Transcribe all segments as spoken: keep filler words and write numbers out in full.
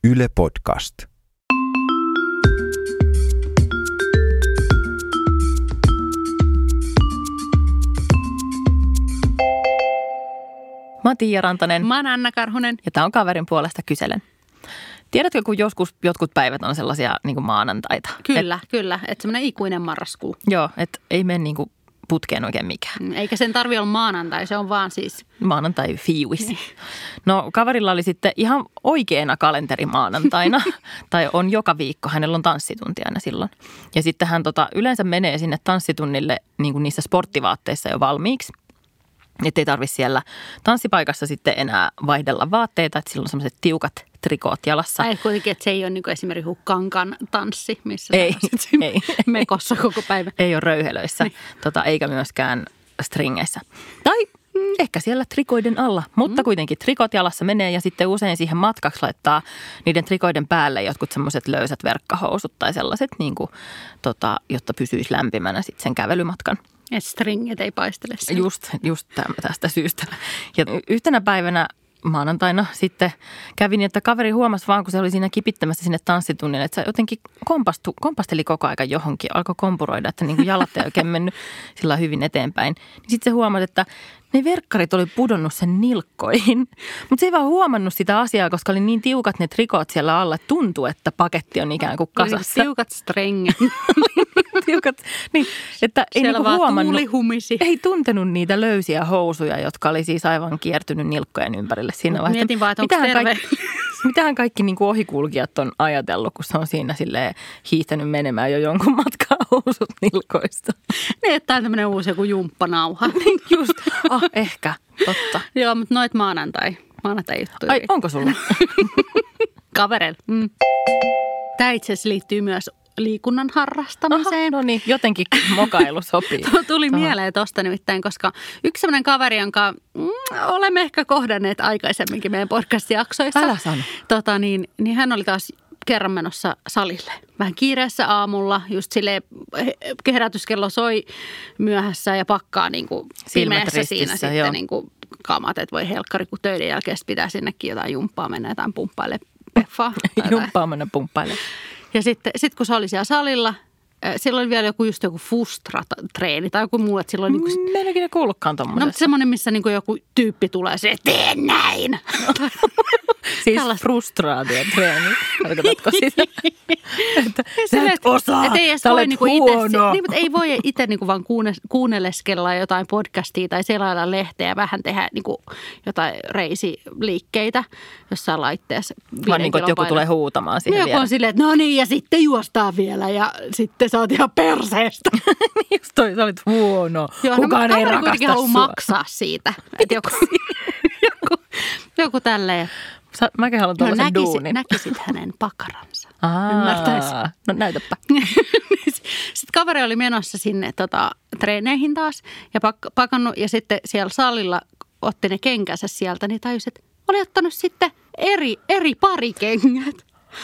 Yle Podcast. Mä oon Tiia Rantanen. Mä oon Anna Karhunen. Ja tää on Kaverin puolesta kyselen. Tiedätkö, kun joskus jotkut päivät on sellaisia niin kuin maanantaita? Kyllä, et, kyllä. Että semmoinen ikuinen marraskuu. Joo, että ei mene niin kuin putkeen oikein mikään. Eikä sen tarvi olla maanantai, se on vaan siis... Maanantai fiilis. No kaverilla oli sitten ihan oikeana kalenteri maanantaina, tai on joka viikko, hänellä on tanssitunti aina silloin. Ja sitten hän tota, yleensä menee sinne tanssitunnille niin kuin niissä sporttivaatteissa jo valmiiksi. Että ei tarvitse siellä tanssipaikassa sitten enää vaihdella vaatteita, että silloin on sellaiset tiukat trikoot jalassa. Ai kuitenkin, että se ei ole niin kuin esimerkiksi kankan tanssi, missä ei, ei. mekossa koko päivä. Ei ole röyhelöissä, niin. tota, eikä myöskään stringeissä. Tai mm, ehkä siellä trikoiden alla, mutta mm. kuitenkin trikot jalassa menee ja sitten usein siihen matkaksi laittaa niiden trikoiden päälle jotkut semmoiset löysät verkkahousut tai sellaiset, niin kuin, tota, jotta pysyisi lämpimänä sitten sen kävelymatkan. Että stringit ei paistele sen. Just, just tästä syystä. Ja yhtenä päivänä maanantaina sitten kävi niin, että kaveri huomasi vaan, kun se oli siinä kipittämässä sinne tanssitunnille, että se jotenkin kompastu, kompasteli koko aika johonkin, alkoi kompuroida, että niin kuin jalat ei oikein mennyt sillä hyvin eteenpäin. Niin sitten se huomasi, että ne verkkarit oli pudonnut sen nilkkoihin, mutta se ei vaan huomannut sitä asiaa, koska oli niin tiukat ne trikot siellä alla, että tuntui, että paketti on ikään kuin kasassa. Oli tiukat strengit. tiukat, niin, että ei siellä niinku vaan huomannut, tuuli humisi. Ei tuntenut niitä löysiä housuja, jotka oli siis aivan kiertynyt nilkkojen ympärille siinä vaiheessa. Mietin vaan, että onko terve. Kaikki, mitähän kaikki niin kuin ohikulkijat on ajatellut, kun se on siinä silleen hiihtänyt menemään jo jonkun matkaa housut nilkoista. Niin, että tämä on tämmöinen uusi joku jumppanauha. Just, ah, ehkä, totta. Joo, mutta noit maanantai, maanantai juttuja. Ai, onko sulla? Kaverella. Mm. Tämä itse asiassa liittyy myös liikunnan harrastamiseen. Aha, no niin, jotenkin mokailu sopii. Tuli Aha. mieleen tuosta nimittäin, koska yksi sellainen kaveri, jonka mm, olemme ehkä kohdanneet aikaisemminkin meidän podcast-jaksoissa. Älä sano. Tota, niin, niin hän oli taas kerran menossa salille. Vähän kiireessä aamulla, just silleen herätyskello soi myöhässä ja pakkaa niin kuin pimeässä siinä joo. sitten niin kuin kamat, että voi helkkari, kun töiden jälkeen pitää sinnekin jotain jumppaa mennä, jotain pumppaille peffaa. Jumppaa mennä pumppaille. Ja sitten sit kun se oli siellä salilla, silloin oli vielä joku just joku Fustra-treeni tai joku muu, että silloin niin kuin... Mä en ikinä kuullutkaan tommosesta. No, mutta semmoinen, missä niin kuin joku tyyppi tulee se, tee näin. Siis frustraatiotreeni. Tarkoitatko sitä? Että sä et osaa, et ei sä olet niinku huono. Ite, niin, mutta ei voi itse niinku vaan kuune, kuunnelleskella jotain podcastia tai selailla lehteä ja vähän tehdä niinku jotain reisiliikkeitä jossain laitteessa. Vaan niin kuin, että joku tulee huutamaan siihen joku vielä. on silleen, että no niin, ja sitten juostaan vielä ja sitten sä oot ihan perseestä. Just toi, sä olit huono. Joo, kukaan no, ei rakasta kuitenkin haluaa sua. maksaa siitä. Että joku, joku, joku tälleen. Sä, mäkin haluan tuollaisen no, näkisi, duunin. näkisit hänen pakaransa. Aa, ymmärtäisi. No näytäpä. Sitten kaveri oli menossa sinne tota, treeneihin taas ja pak- pakannut ja sitten siellä salilla otti ne kenkänsä sieltä, niin tajusi, että oli ottanut sitten eri, eri parikengät.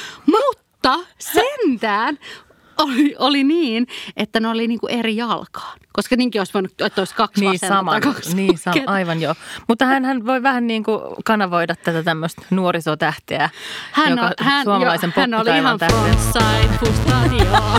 Mutta sentään oli, oli niin, että ne oli niinku eri jalkaan. Koska niinkin olisi voinut, että olisi kaksi niin vasenta sama, tai kaksi niin sama, oikeata. aivan joo. Mutta hän, hän voi vähän niin kuin kanavoida tätä tämmöistä nuorisotähteä, hän joka on, hän, suomalaisen jo, hän oli ihan tähteä. frontside fustadio.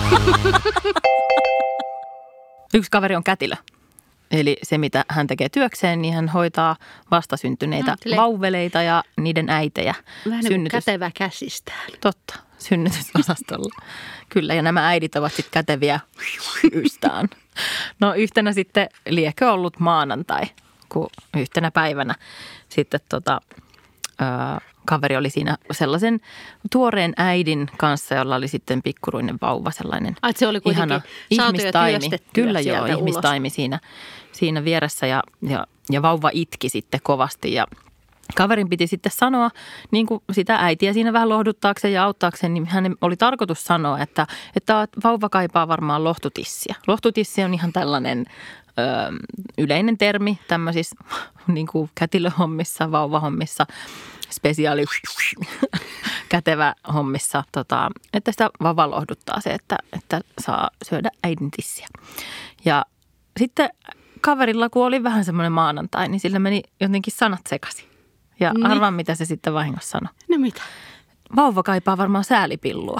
Yksi kaveri on kätilö. Eli se, mitä hän tekee työkseen, niin hän hoitaa vastasyntyneitä No, sille- vauveleita ja niiden äitejä. Vähän niin kuin kätevä käsistään. Totta, synnytysosastolla. Kyllä, ja nämä äidit ovat sitten käteviä ystään. No yhtenä sitten liekö ollut maanantai, kun yhtenä päivänä sitten tota, ö, kaveri oli siinä sellaisen tuoreen äidin kanssa, jolla oli sitten pikkuruinen vauva, sellainen Ai, se oli kuitenkin ihana saatu jo ihmistaimi. työstettyä Kyllä joo, sieltä ihmistaimi siinä, siinä vieressä ja, ja, ja vauva itki sitten kovasti ja kaverin piti sitten sanoa niin kuin sitä äitiä siinä vähän lohduttaakseen ja auttaakseen, niin hänen oli tarkoitus sanoa, että, että vauva kaipaa varmaan lohtutissiä. Lohtutissi on ihan tällainen ö, yleinen termi tämmöisissä niin kuin kätilöhommissa, vauvahommissa, spesiaali kätevä hommissa, tota, että sitä vauva lohduttaa se, että, että saa syödä äidin tissiä. Ja sitten kaverilla, kun oli vähän semmoinen maanantai, niin sillä meni jotenkin sanat sekaisin. Ja niin. Arvaa, mitä se sitten vahingossa sanoi. No mitä? vauva kaipaa varmaan säälipillua.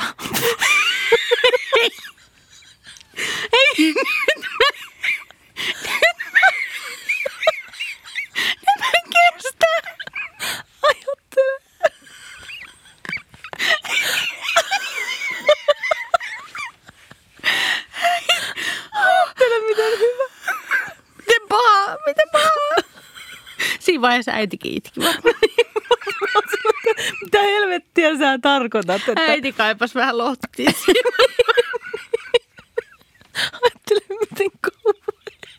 Ei, nyt mä en kestä. Ajattele. Ajattele, miten hyvä. Miten paha, miten paha. Siinä vaiheessa äitikin itki. Mitä helvettiä sä tarkoitat? Että... Äiti kaipas vähän lottia. Ajattele, miten kuuluu.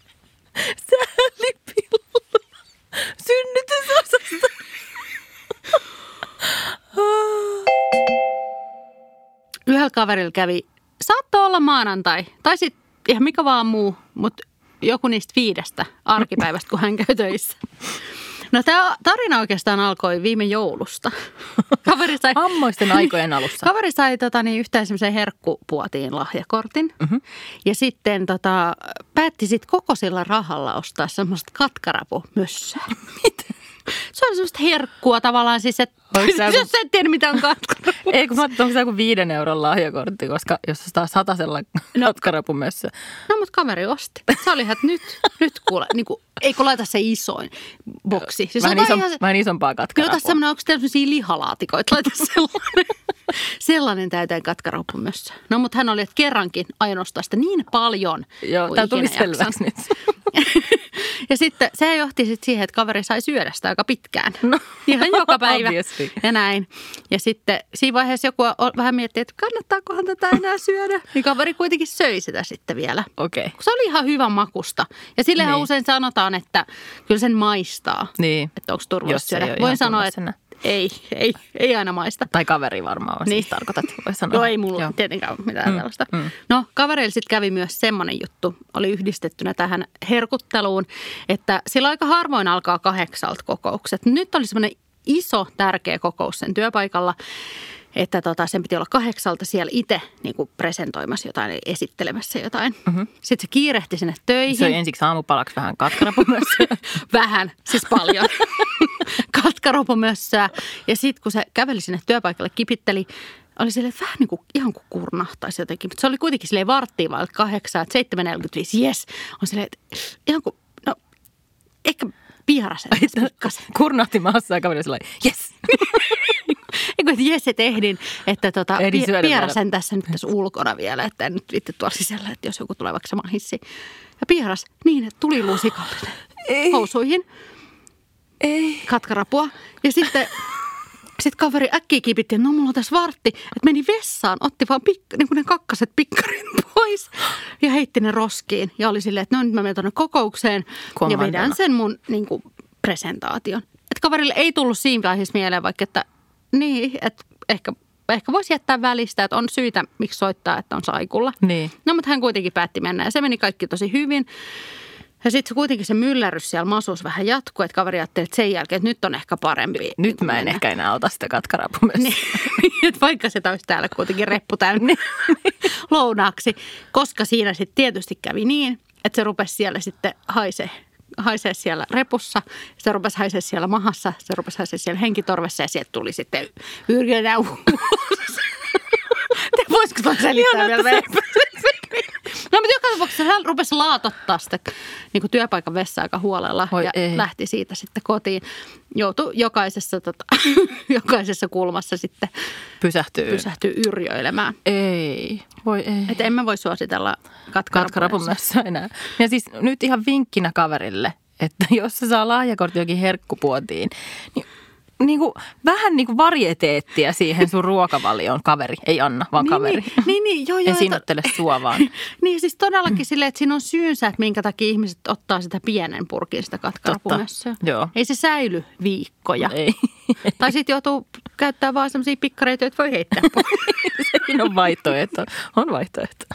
Säälipillu. Synnytysosasta. Yhdellä kaverilla kävi, saattoi olla maanantai, tai sitten ihan mikä vaan muu, mutta joku niistä viidestä arkipäivästä, kun hän käy töissä. No tämä tarina oikeastaan alkoi viime joulusta. Kaveri sai, Ammoisten aikojen alussa. Kaveri sai tota, niin, yhteen semmoisen herkkupuotiin lahjakortin. Mm-hmm. Ja sitten tota, päätti sitten koko sillä rahalla ostaa semmoista katkarapumössöä. Mitä? Se oli semmoista herkkua tavallaan siis, että jos sä et tiedä mitä on katkarapu. Ei kun mä ajattelin, onko se joku viiden euron lahjakortti, koska jos se saa satasella no, katkarapumössöä. No mutta kaveri osti. Se oli ihan, että nyt, nyt kuule, niin kuin, ei kun laita se isoin boksi. Siis vähän, iso, se, vähän isompaa katkarapua. Ota semmoinen, onko teillä sellaisia lihalaatikoita, laita sellainen. Sellainen täyteen katkarapumössöä. No mutta hän oli, että kerrankin ainoastaan sitä niin paljon. Joo, tämä tuli selväksi nyt. Ja sitten se johti sitten siihen, että kaveri sai syödä sitä aika pitkään. No, ihan joka päivä. Obviously. Ja näin. Ja sitten siinä vaiheessa joku vähän mietti, että kannattaakohan tätä enää syödä. Niin kaveri kuitenkin söi sitä sitten vielä. Okei. Okay. Se oli ihan hyvän makusta. Ja sillehän niin. usein sanotaan, että kyllä sen maistaa. Niin. Että onko turvallista syödä. Voin sanoa, että ei, ei, ei aina maista. Tai kaveri varmaan on, niin. Siis tarkoitat, voi sanoa. No ei mulla Joo. tietenkään mitään mm, tällaista. Mm. No kavereilla sitten kävi myös semmoinen juttu, oli yhdistettynä tähän herkutteluun, että sillä aika harvoin alkaa kahdeksalta kokoukset. Nyt oli semmoinen iso, tärkeä kokous sen työpaikalla, että tota, sen piti olla kahdeksalta siellä itse niin kuin presentoimassa jotain, eli esittelemässä jotain. Mm-hmm. Sitten se kiirehti sinne töihin. Se oli ensiksi aamupalaksi vähän katkarapumössöä. Vähän, siis paljon. Katkarapumössöä. Ja sitten kun se käveli sinne työpaikalle, kipitteli, oli silleen, että vähän niin kuin ihan kuin kurnahtaisi jotenkin. Mutta se oli kuitenkin silleen varttiin vaan kahdeksan, että seitsemän neljäkymmentäviisi, jes. On silleen, että ihan kuin, no ehkä piarasen. Kurnahti maassa ja kaveri oli silleen, jes. Eikö, että jes, et ehdin, että tota, pi- pierasen tässä nyt tässä ulkona vielä, että en nyt viitte tuolla sisällä, että jos joku tulee vaikka samaan hissiin. Ja pieras niin, että tuli lusikallinen Ei. housuihin. Ei. Katkarapua. Ja sitten sit kaveri äkkiä kipitti, että no mulla on tässä vartti, että meni vessaan, otti vaan pik- niin kuin ne kakkaset pikkarin pois ja heitti ne roskiin. Ja oli silleen, että no nyt mä menen tuonne kokoukseen ja vedän sen mun niin kuin presentaation. Että kaverille ei tullut siinä vaiheessa mieleen vaikka, että niin, että ehkä, ehkä voisi jättää välistä, että on syitä, miksi soittaa, että on saikulla. Niin. No, mutta hän kuitenkin päätti mennä ja se meni kaikki tosi hyvin. Ja sitten se kuitenkin se myllärys siellä masuus vähän jatkuu, että kaveri ajatteli, että sen jälkeen, että nyt on ehkä parempi. Nyt mä en mennä. Ehkä enää ota sitä katkarapumössöä. Niin, että vaikka se taisi täällä kuitenkin reppu täynnä lounaaksi, koska siinä sitten tietysti kävi niin, että se rupesi siellä sitten haisee. haisee siellä repussa, se rupesi haisee siellä mahassa, se rupesi haisee siellä henkitorvessa ja sieltä tuli sitten yrkönä ulos. Voisiko tuon selittää vielä meille? No, mutta joka tapauksessa hän rupesi laatottaa sitä niin kuin työpaikan vessaa aika huolella Oi, ja ei. lähti siitä sitten kotiin. Joutui jokaisessa, tota, jokaisessa kulmassa sitten pysähtyy, pysähtyy yrjöilemään. Ei, voi ei. Että emme voi suositella katkarapumössöä enää. Ja siis nyt ihan vinkkinä kaverille, että jos se saa lahjakortti jokin herkkupuotiin, niin niin kuin, vähän niin kuin varieteettia siihen sun ruokavalioon, kaveri, ei Anna, vaan niin, kaveri. Niin, niin, niin joo, joo. En sinottele sua vaan. Niin siis todellakin silleen, että siinä on syynsä, että minkä takia ihmiset ottaa sitä pienen purkin sitä katkarapumössöä. Joo. Ei se säily viikkoja. Ei. Tai sitten joutuu käyttää vaan sellaisia pikkareita, joita voi heittää pois. Sekin on vaihtoehto. On vaihtoehto.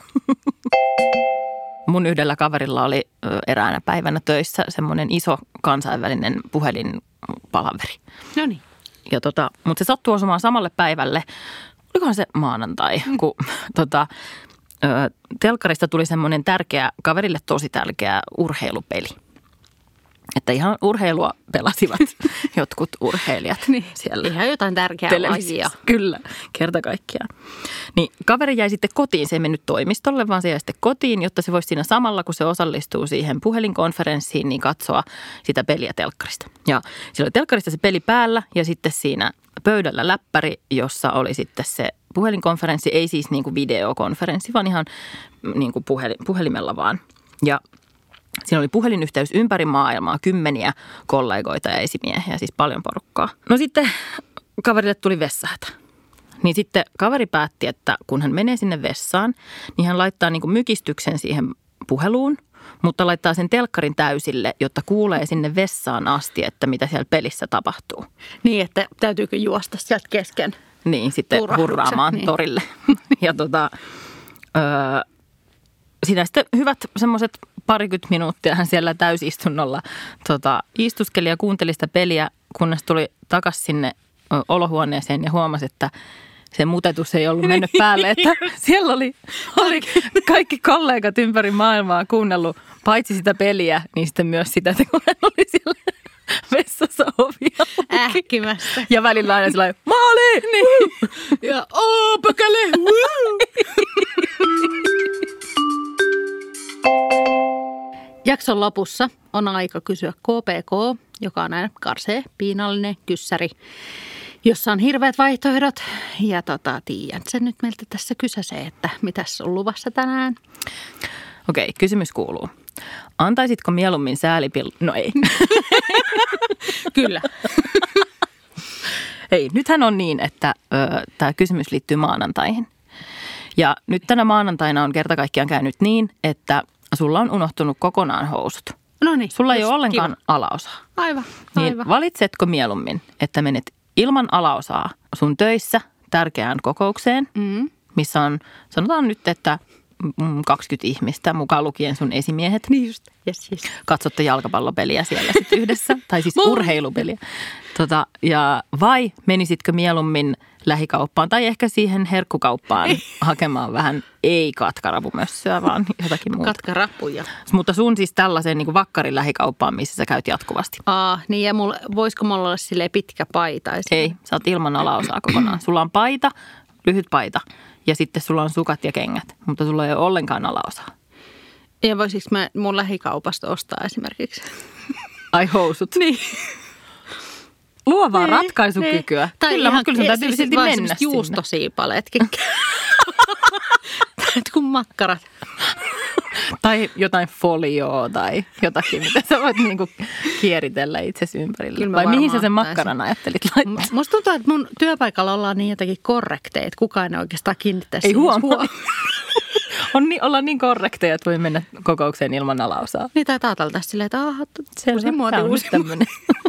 Mun yhdellä kaverilla oli eräänä päivänä töissä semmoinen iso kansainvälinen puhelinpalaveri. No niin. Ja tota, mutta se sattui osumaan samalle päivälle, olikohan se maanantai, mm. kun tota, ö, telkkarista tuli semmoinen tärkeä, kaverille tosi tärkeä urheilupeli. Että ihan urheilua pelasivat jotkut urheilijat Niin, siellä. ihan jotain tärkeää lajia. Kyllä, kerta kaikkiaan. Niin kaveri jäi sitten kotiin, se ei mennyt toimistolle, vaan se jäi sitten kotiin, jotta se voisi siinä samalla, kun se osallistuu siihen puhelinkonferenssiin, niin katsoa sitä peliä telkkarista. Ja siellä oli telkkarista se peli päällä ja sitten siinä pöydällä läppäri, jossa oli sitten se puhelinkonferenssi, ei siis niin kuin videokonferenssi, vaan ihan niin kuin puhelimella vaan. Ja siinä oli puhelinyhteys ympäri maailmaa, kymmeniä kollegoita ja esimiehiä, siis paljon porukkaa. No sitten kaverille tuli vessahätä. Niin sitten kaveri päätti, että kun hän menee sinne vessaan, niin hän laittaa niin kuin mykistyksen siihen puheluun, mutta laittaa sen telkkarin täysille, jotta kuulee sinne vessaan asti, että mitä siellä pelissä tapahtuu. Niin, että täytyykö juosta sieltä kesken. Niin, sitten hurraamaan niin. torille. Ja tota, öö, siinä sitten hyvät semmoiset parikymmentä minuuttia hän siellä täysistunnolla tota, istuskeli ja kuunteli sitä peliä, kunnes tuli takaisin sinne olohuoneeseen ja huomasi, että se mutetus ei ollut mennyt päälle, että siellä oli, oli kaikki kollegat ympäri maailmaa kuunnellut paitsi sitä peliä, niin sitten myös sitä, että kun hän oli siellä vessassa ovi ähkimässä. Ja välillä aina sellainen, maali! Niin. Ja ooo, pökäle! Jakson lopussa on aika kysyä K P K, joka on aina karsee, piinallinen kyssäri, jossa on hirveät vaihtoehdot. Ja tota, tiedän sen nyt meiltä tässä kysäsee, että mitäs on luvassa tänään. Okei, kysymys kuuluu. Antaisitko mieluummin säälipil... No ei. Kyllä. Ei, nythän on niin, että tämä kysymys liittyy maanantaihin. Ja nyt tänä maanantaina on kerta kaikkiaan käynyt niin, että sulla on unohtunut kokonaan housut. No niin. Sulla ei ole ollenkaan kiva. Alaosaa. Aivan, niin aivan. Valitsetko mieluummin, että menet ilman alaosaa sun töissä tärkeään kokoukseen, mm. missä on, sanotaan nyt, että kaksikymmentä ihmistä, mukaan lukien sun esimiehet. Niin just. Yes, yes. Katsotte jalkapallopeliä siellä sitten yhdessä, tai siis urheilupeliä. Tota, ja vai menisitkö mieluummin lähikauppaan tai ehkä siihen herkkukauppaan hakemaan vähän ei katkarapumössöä, vaan jotakin muuta. Katkarapuja. Mutta sun siis tällaiseen niin kuin vakkarin lähikauppaan, missä sä käyt jatkuvasti. Aa, niin ja mulla, voisiko mulla olla silleen pitkä paita? Ei, sä oot ilman alaosaa kokonaan. Sulla on paita, lyhyt paita ja sitten sulla on sukat ja kengät, mutta sulla ei ole ollenkaan alaosaa. Ja voisiko mä mun lähikaupasta ostaa esimerkiksi? Ai housut. Niin. Luovaa ratkaisukykyä. Ei. Tai kyllä, ihan, kyllä sun täytyy silti mennä sinne. Juustosiipaleetkin. Kun makkarat. Tai jotain folioa tai jotakin, mitä sä voit niinku kieritellä itsesi ympärillä. Vai mihin sä sen makkaran ajattelit laittaa? Musta tuntuu, että mun työpaikalla ollaan niin jotenkin korrekteja, että kukaan ei oikeastaan kiinnittäisi. Ei huomaa. On niin, ollaan niin korrekteja, että voi mennä kokoukseen ilman alaosaa. Niin tai taateltaisiin silleen, että aha, selvä, tämä on nyt tämmöinen.